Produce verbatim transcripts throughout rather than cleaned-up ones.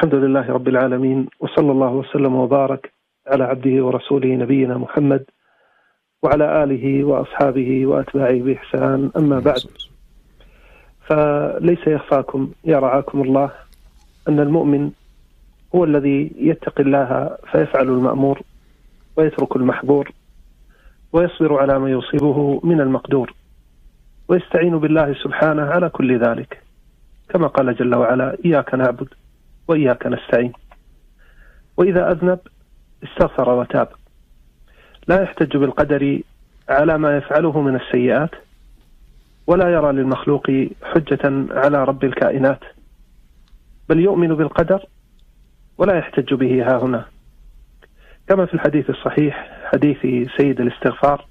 الحمد لله رب العالمين، وصلى الله وسلم وبارك على عبده ورسوله نبينا محمد وعلى آله وأصحابه وأتباعه بإحسان. أما بعد، فليس يخفاكم يا رعاكم الله أن المؤمن هو الذي يتقي الله فيفعل المأمور ويترك المحظور ويصبر على ما يصيبه من المقدور، ويستعين بالله سبحانه على كل ذلك، كما قال جل وعلا: إياك نعبد وإياك نستعين. وإذا أذنب استغفر وتاب، لا يحتج بالقدر على ما يفعله من السيئات، ولا يرى للمخلوق حجة على رب الكائنات، بل يؤمن بالقدر ولا يحتج به ها هنا، كما في الحديث الصحيح حديث سيد الاستغفار،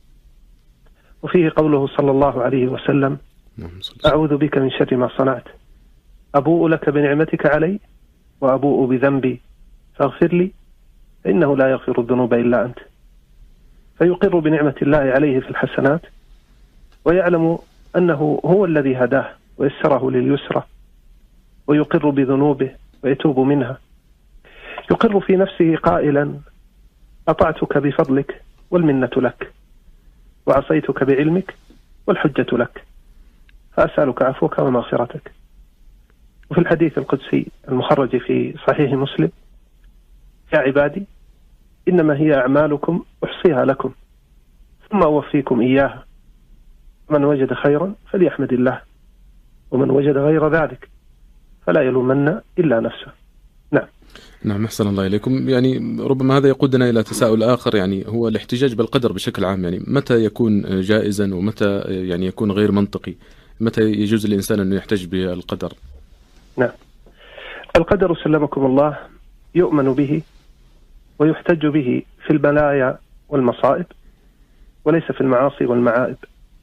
وفيه قوله صلى الله عليه وسلم: أعوذ بك من شر ما صنعت، أبوء لك بنعمتك علي وأبوء بذنبي فاغفر لي فإنه لا يغفر الذنوب إلا أنت. فيقر بنعمة الله عليه في الحسنات، ويعلم أنه هو الذي هداه ويسره لليسرى، ويقر بذنوبه ويتوب منها. يقر في نفسه قائلا: أطعتك بفضلك والمنة لك، وعصيتك بعلمك والحجة لك، فأسألك عفوك ومغفرتك. وفي الحديث القدسي المخرج في صحيح مسلم: يا عبادي إنما هي أعمالكم أحصيها لكم ثم أوفيكم إياها، من وجد خيرا فليحمد الله، ومن وجد غير ذلك فلا يلومن إلا نفسه. نعم. نعم، أحسن الله إليكم. يعني ربما هذا يقودنا إلى تساؤل آخر، يعني هو الاحتجاج بالقدر بشكل عام، يعني متى يكون جائزا ومتى يعني يكون غير منطقي؟ متى يجوز الإنسان أن يحتج بالقدر؟ نعم، القدر سلمكم الله يؤمن به ويحتج به في البلايا والمصائب، وليس في المعاصي والمعائب.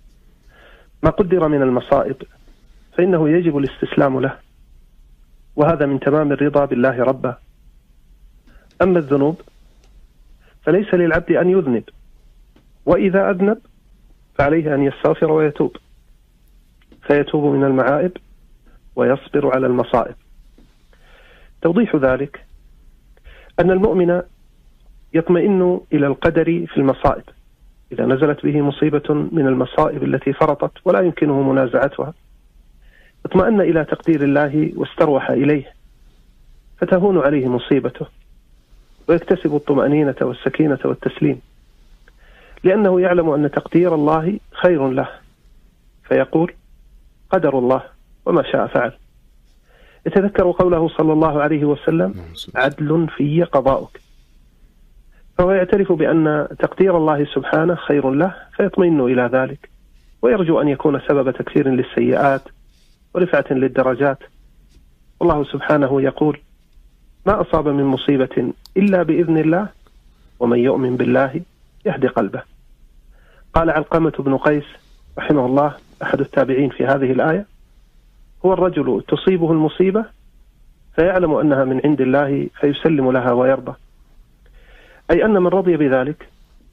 ما قدر من المصائب فإنه يجب الاستسلام له، وهذا من تمام الرضا بالله ربا. أما الذنوب فليس للعبد أن يذنب، وإذا أذنب فعليه أن يستغفر ويتوب، فيتوب من المعائب ويصبر على المصائب. توضيح ذلك أن المؤمن يطمئن إلى القدر في المصائب، إذا نزلت به مصيبة من المصائب التي فرطت ولا يمكنه منازعتها، اطمأن إلى تقدير الله واستروح إليه، فتهون عليه مصيبته، ويكتسب الطمأنينة والسكينة والتسليم، لأنه يعلم أن تقدير الله خير له، فيقول: قدر الله وما شاء فعل. يتذكر قوله صلى الله عليه وسلم: عدل في قضاؤك. فهو يعترف بأن تقدير الله سبحانه خير له، فيطمئن إلى ذلك، ويرجو أن يكون سبب تكفير للسيئات ورفعة للدرجات. والله سبحانه يقول: ما أصاب من مصيبة إلا بإذن الله، ومن يؤمن بالله يهدي قلبه. قال علقمة بن قيس رحمه الله أحد التابعين في هذه الآية: هو الرجل تصيبه المصيبة فيعلم أنها من عند الله فيسلم لها ويرضى، أي أن من رضي بذلك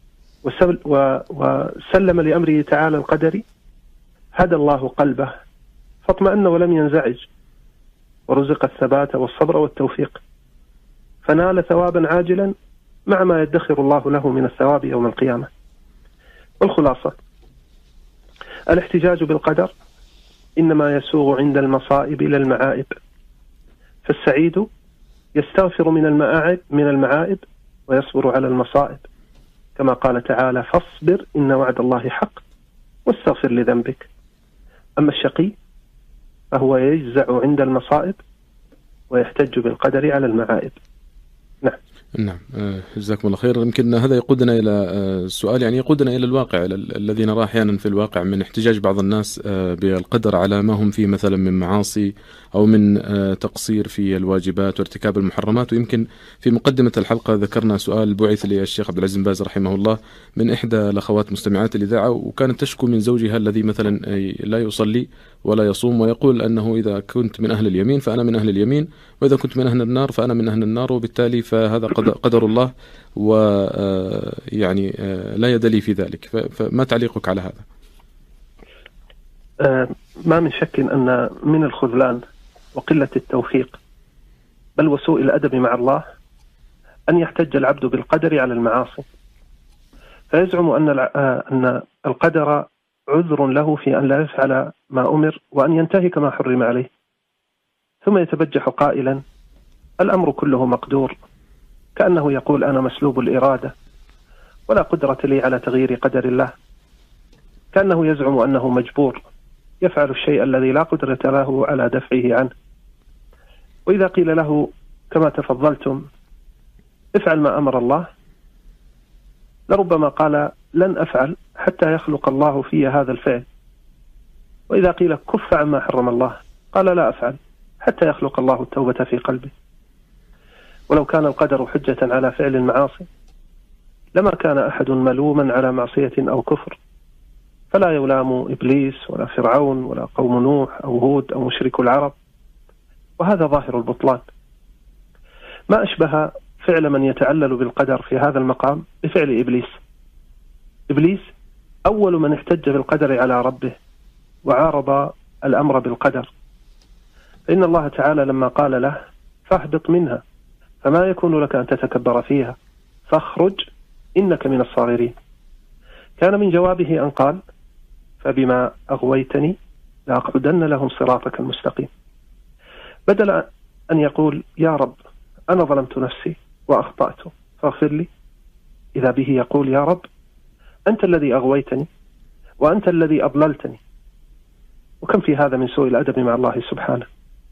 وسلم لأمره تعالى القدري هدى الله قلبه، فاطمأن ولم ينزعج، ورزق الثبات والصبر والتوفيق، فنال ثوابا عاجلا مع ما يدخر الله له من الثواب يوم القيامة. والخلاصة: الاحتجاج بالقدر إنما يسوغ عند المصائب إلى المعائب، فالسعيد يستغفر من المعائب من المعائب ويصبر على المصائب، كما قال تعالى: فاصبر إن وعد الله حق واستغفر لذنبك. أما الشقي فهو يجزع عند المصائب ويحتج بالقدر على المعائب. نعم. نعم، جزاكم الله خير. يمكن هذا يقودنا إلى السؤال، يعني يقودنا إلى الواقع الذي نراه أحيانا في الواقع من احتجاج بعض الناس بالقدر على ما هم فيه مثلا من معاصي أو من تقصير في الواجبات وارتكاب المحرمات. ويمكن في مقدمة الحلقة ذكرنا سؤال بعث لي الشيخ عبد العزيز بن باز رحمه الله من إحدى الأخوات مستمعات الإذاعة، وكانت تشكو من زوجها الذي مثلا لا يصلي ولا يصوم، ويقول أنه إذا كنت من أهل اليمين فأنا من أهل اليمين، وإذا كنت من أهل النار فأنا من أهل النار، وبالتالي فهذا قدر الله ويعني لا يد لي في ذلك. فما تعليقك على هذا؟ ما من شك أن من الخذلان وقلة التوفيق بل وسوء الأدب مع الله أن يحتج العبد بالقدر على المعاصي، فيزعم أن أن القدر عذر له في أن لا يفعل ما أمر وأن ينتهك ما حرم عليه، ثم يتبجح قائلا الأمر كله مقدور، كأنه يقول أنا مسلوب الإرادة ولا قدرة لي على تغيير قدر الله، كأنه يزعم أنه مجبور يفعل الشيء الذي لا قدرة له على دفعه عنه. وإذا قيل له كما تفضلتم افعل ما أمر الله، لربما قال لن أفعل حتى يخلق الله في هذا الفعل. وإذا قيل كف عما حرم الله قال لا أفعل حتى يخلق الله التوبة في قلبه. ولو كان القدر حجة على فعل المعاصي لما كان أحد ملوما على معصية أو كفر، فلا يلام إبليس ولا فرعون ولا قوم نوح أو هود أو مشرك العرب، وهذا ظاهر البطلان. ما أشبه فعل من يتعلل بالقدر في هذا المقام بفعل إبليس. إبليس أول من احتج بالقدر على ربه وعارض الأمر بالقدر، فإن الله تعالى لما قال له فاهبط منها فما يكون لك أن تتكبر فيها فاخرج إنك من الصاغرين، كان من جوابه أن قال فبما أغويتني لأقعدن لهم صراطك المستقيم، بدل أن يقول يا رب أنا ظلمت نفسي وأخطأت فاغفر لي، إذا به يقول يا رب أنت الذي أغويتني وأنت الذي أضللتني. وكم في هذا من سوء الأدب مع الله سبحانه.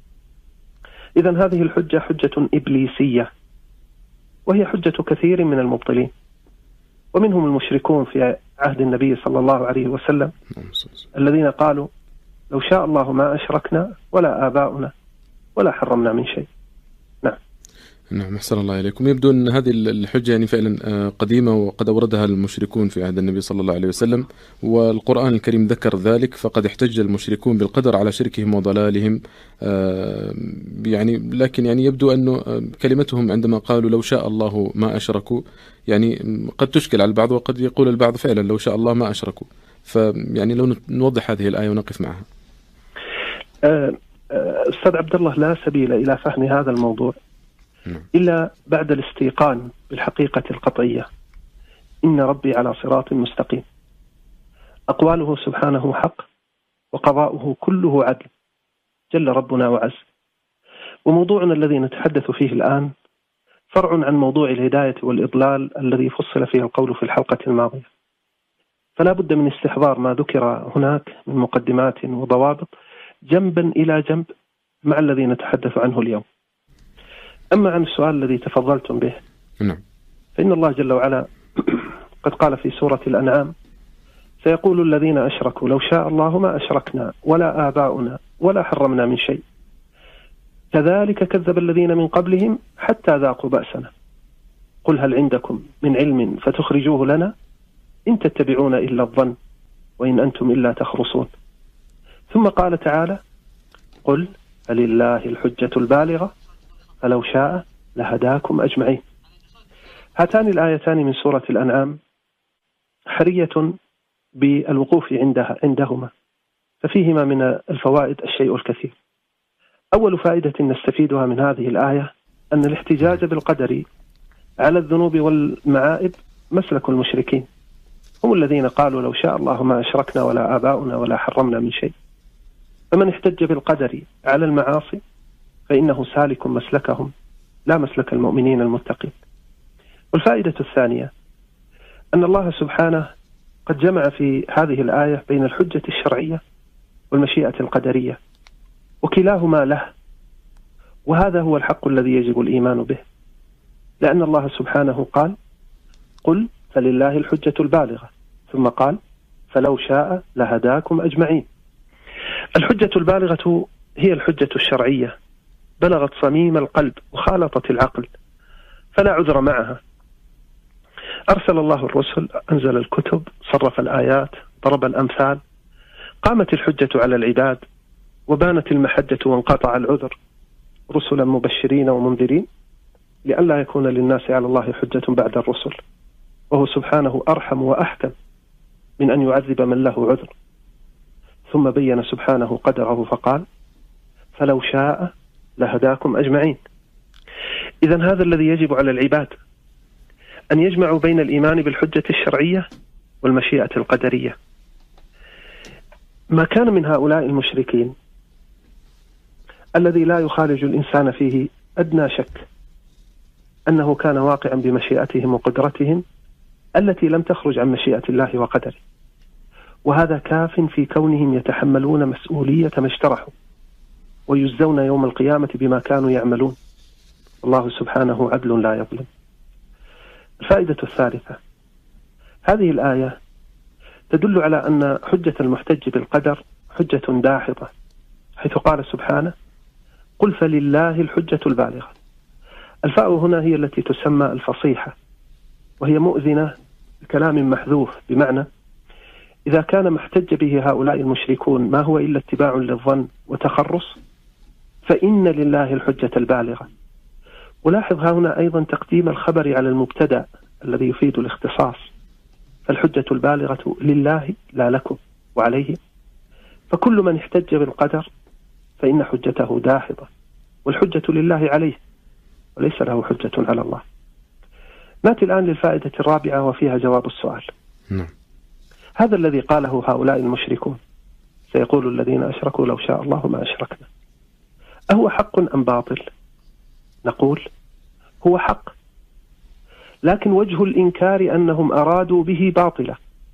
إذن هذه الحجة حجة إبليسية، وهي حجة كثير من المبطلين، ومنهم المشركون في عهد النبي صلى الله عليه وسلم الذين قالوا لو شاء الله ما أشركنا ولا آباؤنا ولا حرمنا من شيء. نعم نعم أحسن الله إليكم. يبدو أن هذه الحجة يعني فعلا قديمة وقد أوردها المشركون في عهد النبي صلى الله عليه وسلم، والقرآن الكريم ذكر ذلك، فقد احتج المشركون بالقدر على شركهم وضلالهم. يعني لكن يعني يبدو أن كلمتهم عندما قالوا لو شاء الله ما أشركوا يعني قد تشكل على البعض، وقد يقول البعض فعلا لو شاء الله ما أشركوا. فيعني لو نوضح هذه الآية ونقف معها. أستاذ عبد الله، لا سبيل إلى فهم هذا الموضوع إلا بعد الاستيقان بالحقيقة القطعية، إن ربي على صراط مستقيم. أقواله سبحانه حق وقضاؤه كله عدل، جل ربنا وعز. وموضوعنا الذي نتحدث فيه الآن فرع عن موضوع الهداية والإضلال الذي فصل فيه القول في الحلقة الماضية، فلا بد من استحضار ما ذكر هناك من مقدمات وضوابط جنبا إلى جنب مع الذي نتحدث عنه اليوم. أما عن السؤال الذي تفضلتم به، نعم، فإن الله جل وعلا قد قال في سورة الأنعام سيقول الذين أشركوا لو شاء الله ما أشركنا ولا آباؤنا ولا حرمنا من شيء كذلك كذب الذين من قبلهم حتى ذاقوا بأسنا قل هل عندكم من علم فتخرجوه لنا إن تتبعون إلا الظن وإن أنتم إلا تخرصون. ثم قال تعالى قل فلله الحجة البالغة فلو شاء لهداكم أجمعين. هاتان الآيتان من سورة الأنعام حرية بالوقوف عندها عندهما، ففيهما من الفوائد الشيء الكثير. أول فائدة نستفيدها من هذه الآية أن الاحتجاج بالقدر على الذنوب والمعائب مسلك المشركين، هم الذين قالوا لو شاء الله ما أشركنا ولا آباؤنا ولا حرمنا من شيء. فمن احتج بالقدر على المعاصي فإنه سالك مسلكهم لا مسلك المؤمنين المتقين. والفائدة الثانية أن الله سبحانه قد جمع في هذه الآية بين الحجة الشرعية والمشيئة القدرية، وكلاهما له، وهذا هو الحق الذي يجب الإيمان به، لأن الله سبحانه قال قل فلله الحجة البالغة، ثم قال فلو شاء لهداكم أجمعين. الحجة البالغة هي الحجة الشرعية، بلغت صميم القلب وخالطت العقل فلا عذر معها. أرسل الله الرسل، أنزل الكتب، صرف الآيات، ضرب الأمثال، قامت الحجة على العباد وبانت المحجة وانقطع العذر، رسلا مبشرين ومنذرين لئلا يكون للناس على الله حجة بعد الرسل، وهو سبحانه أرحم وأحكم من أن يعذب من له عذر. ثم بين سبحانه قدره فقال فلو شاء لهداكم أجمعين. إذن هذا الذي يجب على العباد، أن يجمعوا بين الإيمان بالحجة الشرعية والمشيئة القدرية. ما كان من هؤلاء المشركين الذي لا يخالج الإنسان فيه أدنى شك أنه كان واقعا بمشيئتهم وقدرتهم التي لم تخرج عن مشيئة الله وقدره، وهذا كاف في كونهم يتحملون مسؤولية ما اجترحوا ويجزون يوم القيامة بما كانوا يعملون. الله سبحانه عدل لا يظلم. الفائدة الثالثة، هذه الآية تدل على أن حجة المحتج بالقدر حجة داحضة، حيث قال سبحانه: قل فلله الحجة البالغة. الفاء هنا هي التي تسمى الفصيحة، وهي مؤذنة بكلام محذوف، بمعنى إذا كان ما احتج به هؤلاء المشركون ما هو إلا اتباع للظن وتخرص، فإن لله الحجة البالغة. ولاحظ هنا أيضا تقديم الخبر على المبتدأ الذي يفيد الاختصاص، فالحجة البالغة لله لا لكم وعليه، فكل من احتج بالقدر فإن حجته داحضة، والحجة لله عليه وليس له حجة على الله. نأتي الآن للفائدة الرابعة وفيها جواب السؤال. نعم. هذا الذي قاله هؤلاء المشركون، سيقول الذين أشركوا لو شاء الله ما أشركنا، أهو حق أم باطل؟ نقول هو حق، لكن وجه الإنكار أنهم أرادوا به باطلة.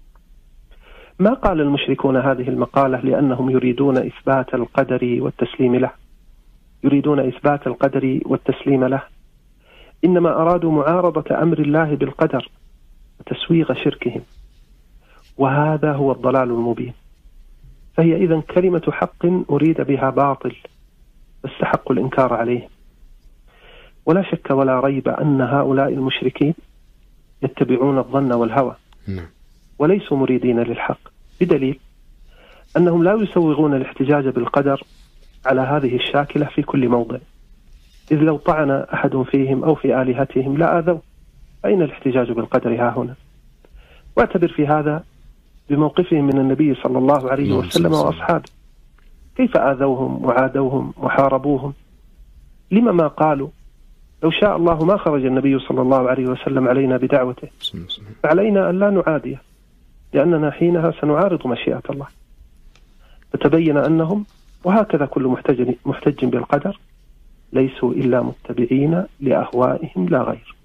ما قال المشركون هذه المقالة لأنهم يريدون إثبات القدر والتسليم له، يريدون إثبات القدر والتسليم له، إنما أرادوا معارضة أمر الله بالقدر وتسويغ شركهم، وهذا هو الضلال المبين. فهي إذن كلمة حق أريد بها باطل فاستحق الإنكار عليه. ولا شك ولا ريب أن هؤلاء المشركين يتبعون الظن والهوى وليسوا مريدين للحق، بدليل أنهم لا يسوغون الاحتجاج بالقدر على هذه الشاكلة في كل موضع، إذ لو طعن أحد فيهم أو في آلهتهم لا آذوا، فأين الاحتجاج بالقدر ها هنا؟ واعتبر في هذا بموقفهم من النبي صلى الله عليه وسلم وأصحابه، كيف آذوهم وعادوهم وحاربوهم؟ لما ما قالوا لو شاء الله ما خرج النبي صلى الله عليه وسلم علينا بدعوته، فعلينا أن لا نعاديه، لأننا حينها سنعارض مشيئة الله. فتبين أنهم، وهكذا كل محتج, محتج بالقدر، ليسوا إلا متبعين لأهوائهم لا غير.